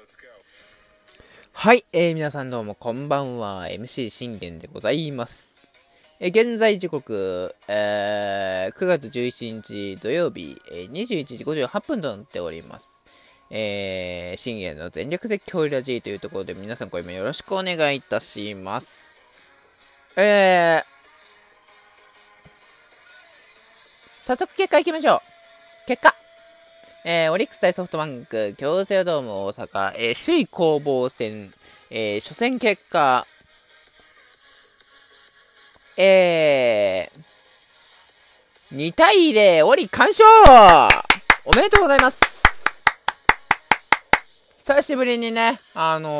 はい、皆さんどうもこんばんは。MC 信玄でございます。現在時刻、9月11日土曜日、21時58分となっております。信玄の全力絶叫ラジーというところで皆さんこれもよろしくお願いいたします。早速結果いきましょう。結果。オリックス対ソフトバンク、京セラドーム大阪、首位攻防戦、初戦結果、2対0、オリ完勝おめでとうございます。久しぶりにね、素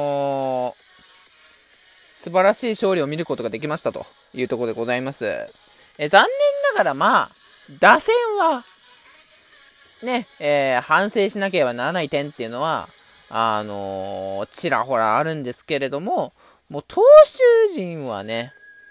晴らしい勝利を見ることができましたというところでございます。残念ながら打線は、ね、反省しなければならない点っていうのは、ちらほらあるんですけれども、もう投手陣はね、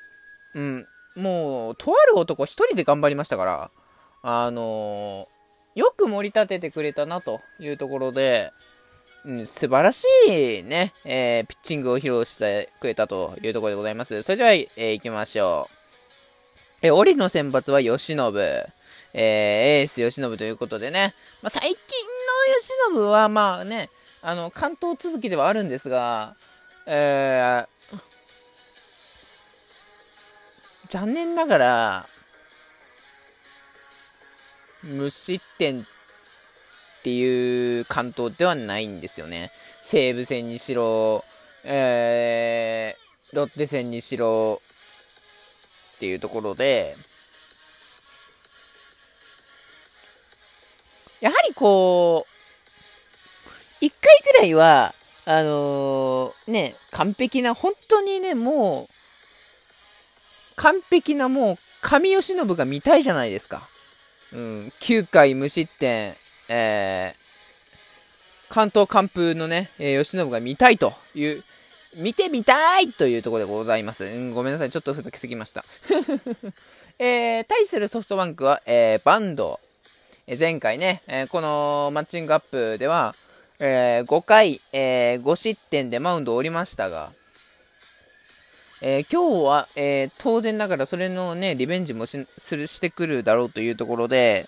もう、とある男一人で頑張りましたから、よく盛り立ててくれたなというところで、素晴らしいね、ピッチングを披露してくれたというところでございます。それでは、行きましょう。オリの先発は吉信。エース吉信ということでね、最近の吉信は関東続きではあるんですが、残念ながら無失点っていう関東ではないんですよね。西武戦にしろ、ロッテ戦にしろっていうところで、やはり一回ぐらいは、完璧な、本当にね、もう、完璧な神吉信が見たいじゃないですか。9回無失点、関東完封のね、吉信が見たいという、見てみたいというところでございます。ごめんなさい、ちょっとふざけすぎました。対するソフトバンクは、バンド。前回ね、このマッチングアップでは、5回、5失点でマウンドを降りましたが、今日は、当然ながらそれのね、リベンジもしてくるだろうというところで、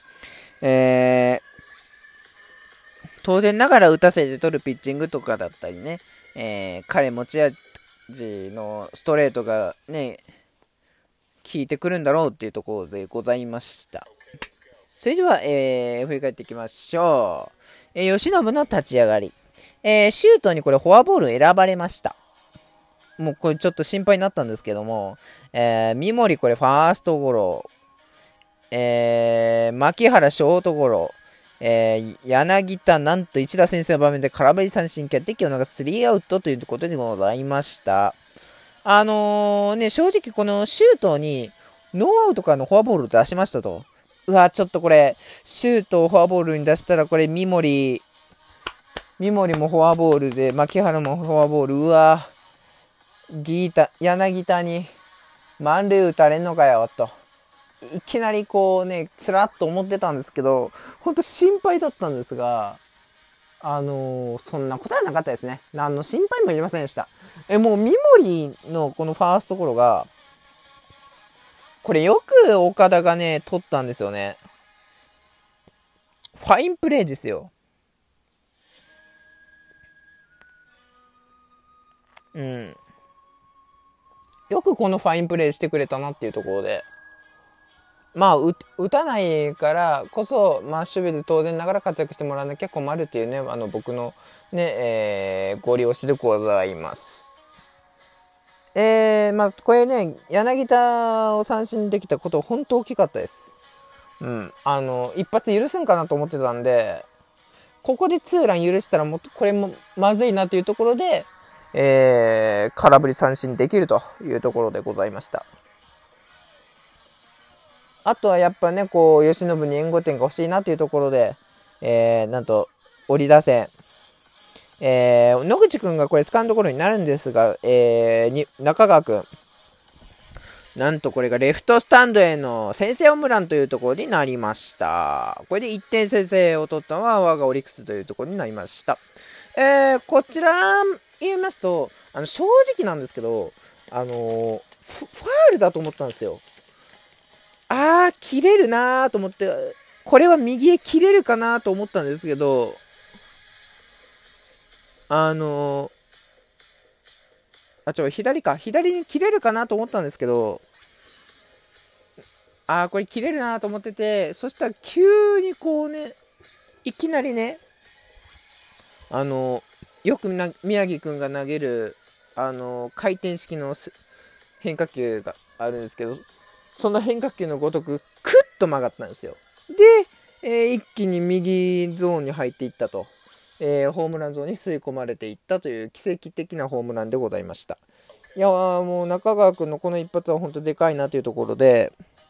当然ながら打たせて取るピッチングとかだったりね、彼持ち味のストレートがね、効いてくるんだろうっていうところでございました。それでは、振り返っていきましょう。吉信の立ち上がり。シュートにこれフォアボール選ばれました。もうこれちょっと心配になったんですけども、三森これファーストゴロ、牧原ショートゴロ、柳田なんと一打先制の場面で空振り三振決定機を逃す3アウトということでございました。正直このシュートにノーアウトからのフォアボールを出しましたと。ちょっとこれ、シュートをフォアボールに出したら、これ、三森もフォアボールで、牧原もフォアボール、柳田に満塁打たれんのかよ、と。いきなりつらっと思ってたんですけど、ほんと心配だったんですが、そんなことはなかったですね。何の心配もいりませんでした。もう三森のこのファーストゴロが、これよく岡田がね、取ったんですよね。ファインプレーですよ。よくこのファインプレーしてくれたなっていうところで。打たないからこそ、守備で当然ながら活躍してもらわなきゃ困るっていうね、僕のね、ご利用しでございます。これね、柳田を三振できたこと本当大きかったです。一発許すんかなと思ってたんで、ここでツーラン許したらこれもまずいなというところで、空振り三振できるというところでございました。あとはやっぱね、吉信に援護点が欲しいなというところで、なんと、折り出せ、野口くんがこれセカンドゴロになるんですが、中川くん、なんとこれがレフトスタンドへの先制ホームランというところになりました。これで1点先制を取ったのは我がオリックスというところになりました。 こちら言いますと、正直なんですけど、ファールだと思ったんですよ。切れるなーと思って、これは右へ切れるかなと思ったんですけど、左に切れるかなと思ったんですけど、これ切れるなと思ってて、そしたら急にこうね、いきなりね、よく宮城くんが投げる、回転式の変化球があるんですけど、その変化球のごとく、クッと曲がったんですよ。で、一気に右ゾーンに入っていったと。ホームランゾーンに吸い込まれていったという奇跡的なホームランでございました。いやもう中川君のこの一発は本当でかいなというところで、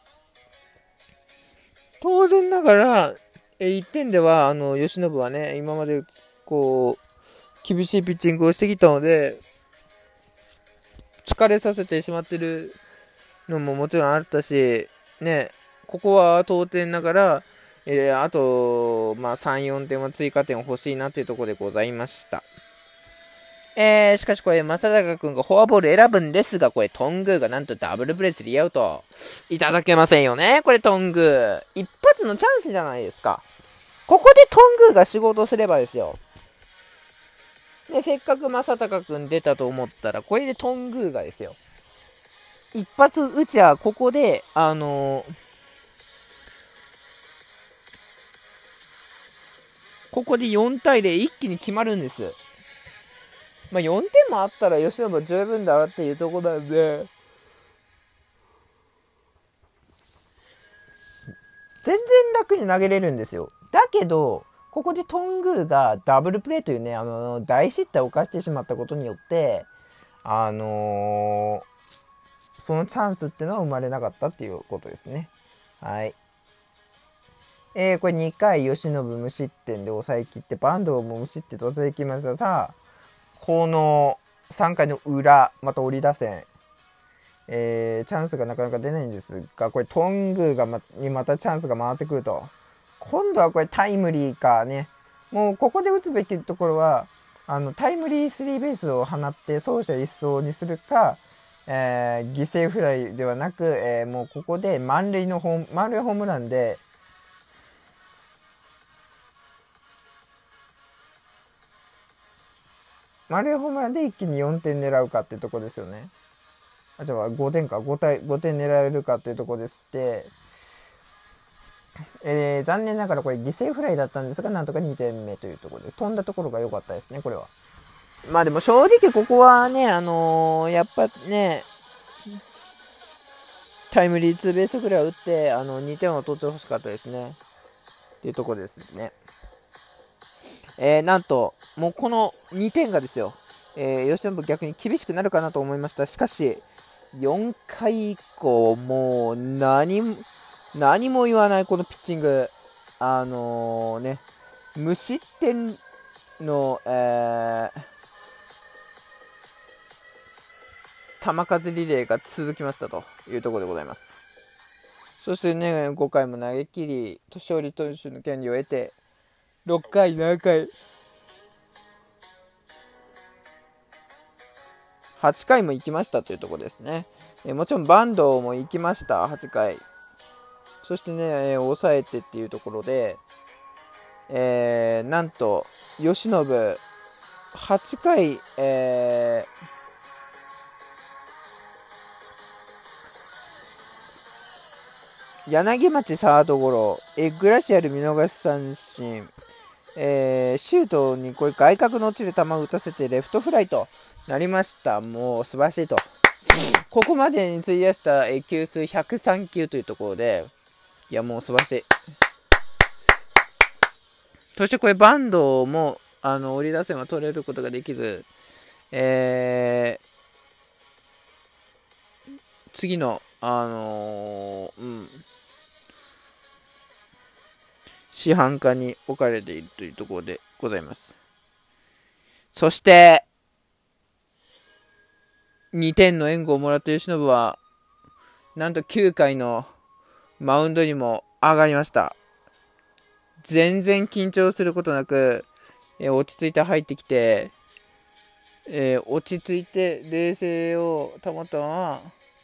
当然ながら、1点では由伸はね、今までこう厳しいピッチングをしてきたので、疲れさせてしまってるのももちろんあったし、ね、ここは当然ながら、あと、3、4点は追加点欲しいなというところでございました。しかしこれ、正尚君がフォアボール選ぶんですが、これ、頓宮がなんとダブルプレー3アウト。いただけませんよね、これ、頓宮。一発のチャンスじゃないですか。ここで頓宮が仕事すればですよ。で、せっかく正尚君出たと思ったら、これで頓宮がですよ。一発打ちは、ここで、ここで4対0一気に決まるんです。4点もあったら吉野も十分だなっていうところなんで、全然楽に投げれるんですよ。だけど、ここで頓宮がダブルプレーというね、大失態を犯してしまったことによって、そのチャンスっていうのは生まれなかったっていうことですね。はい。これ2回由伸無失点で抑えきって、バンドも無失点で抑えきましたさ、この3回の裏、また折り打線、チャンスがなかなか出ないんですが、これ頓宮にまたチャンスが回ってくると、今度はこれタイムリーかね、もうここで打つべきところはタイムリースリーベースを放って走者一掃にするか、犠牲フライではなく、もうここで満塁ホームランで一気に4点狙うかっていうところですよね。じゃあ5点狙えるかっていうところですって、残念ながらこれ犠牲フライだったんですが、なんとか2点目というところで飛んだところが良かったですね、これは。でも正直ここはね、やっぱね、タイムリーツーベースぐらい打って2点を取ってほしかったですねっていうところですね。なんともうこの2点がですよ、吉野部逆に厳しくなるかなと思いました。しかし4回以降もう何も言わないこのピッチング、無失点の、球数リレーが続きましたというところでございます。そしてね、5回も投げ切り勝利投手の権利を得て、6回7回8回も行きましたというところですね。もちろんバンドも行きました、8回。そしてね、抑えてっていうところで、なんと由伸8回、柳町サードゴロ、グラシアル見逃し三振、シュートにこれ外角の落ちる球を打たせてレフトフライとなりました。もう素晴らしいと。ここまでに費やした球数103球というところで、いやもう素晴らしい。そしてこれバンドも折り出せは取れることができず、次の市販化に置かれているというところでございます。そして2点の援護をもらった由伸はなんと9回のマウンドにも上がりました。全然緊張することなく落ち着いて入ってきて、落ち着いて冷静を保ったまま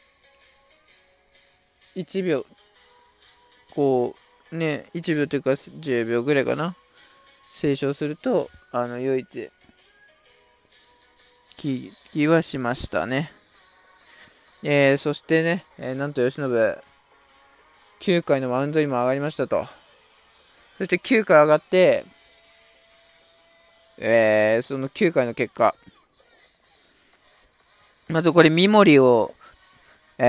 1秒こうね、1秒というか10秒ぐらいかな、清唱すると良いって気はしましたね。そしてね、なんと慶喜9回のマウンドにも上がりましたと。そして9回上がって、その9回の結果、まずこれ三森を、ピ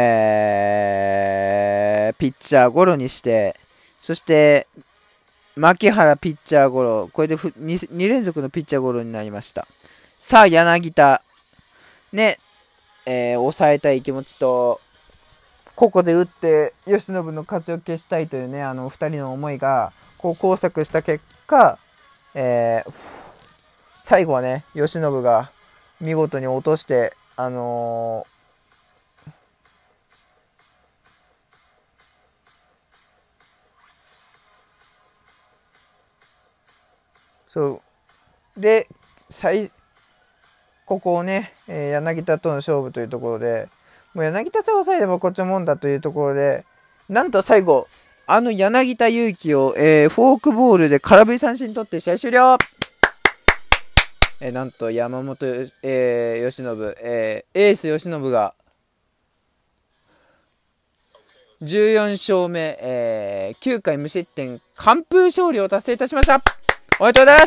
ッチャーゴロにして、そして牧原ピッチャーゴロ、これで 2連続のピッチャーゴロになりました。さあ柳田ね、抑えたい気持ちと、ここで打って慶喜の勝ちを消したいというね、2人の思いがこう交錯した結果、最後はね、慶喜が見事に落として、そうでここをね、柳田との勝負というところで、もう柳田さんを抑えればこっちのもんだというところで、なんと最後柳田悠岐を、フォークボールで空振り三振取って試合終了。なんと山本、慶喜、エース慶喜が14勝目、9回無失点完封勝利を達成いたしました。おめでとうございます。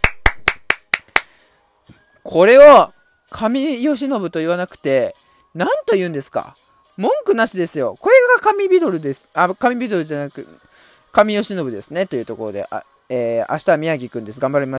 これを神慶喜と言わなくて何と言うんですか。文句なしですよ。これが神ビドルです。神ビドルじゃなく神慶喜ですねというところで、明日は宮城くんです。頑張りましょう。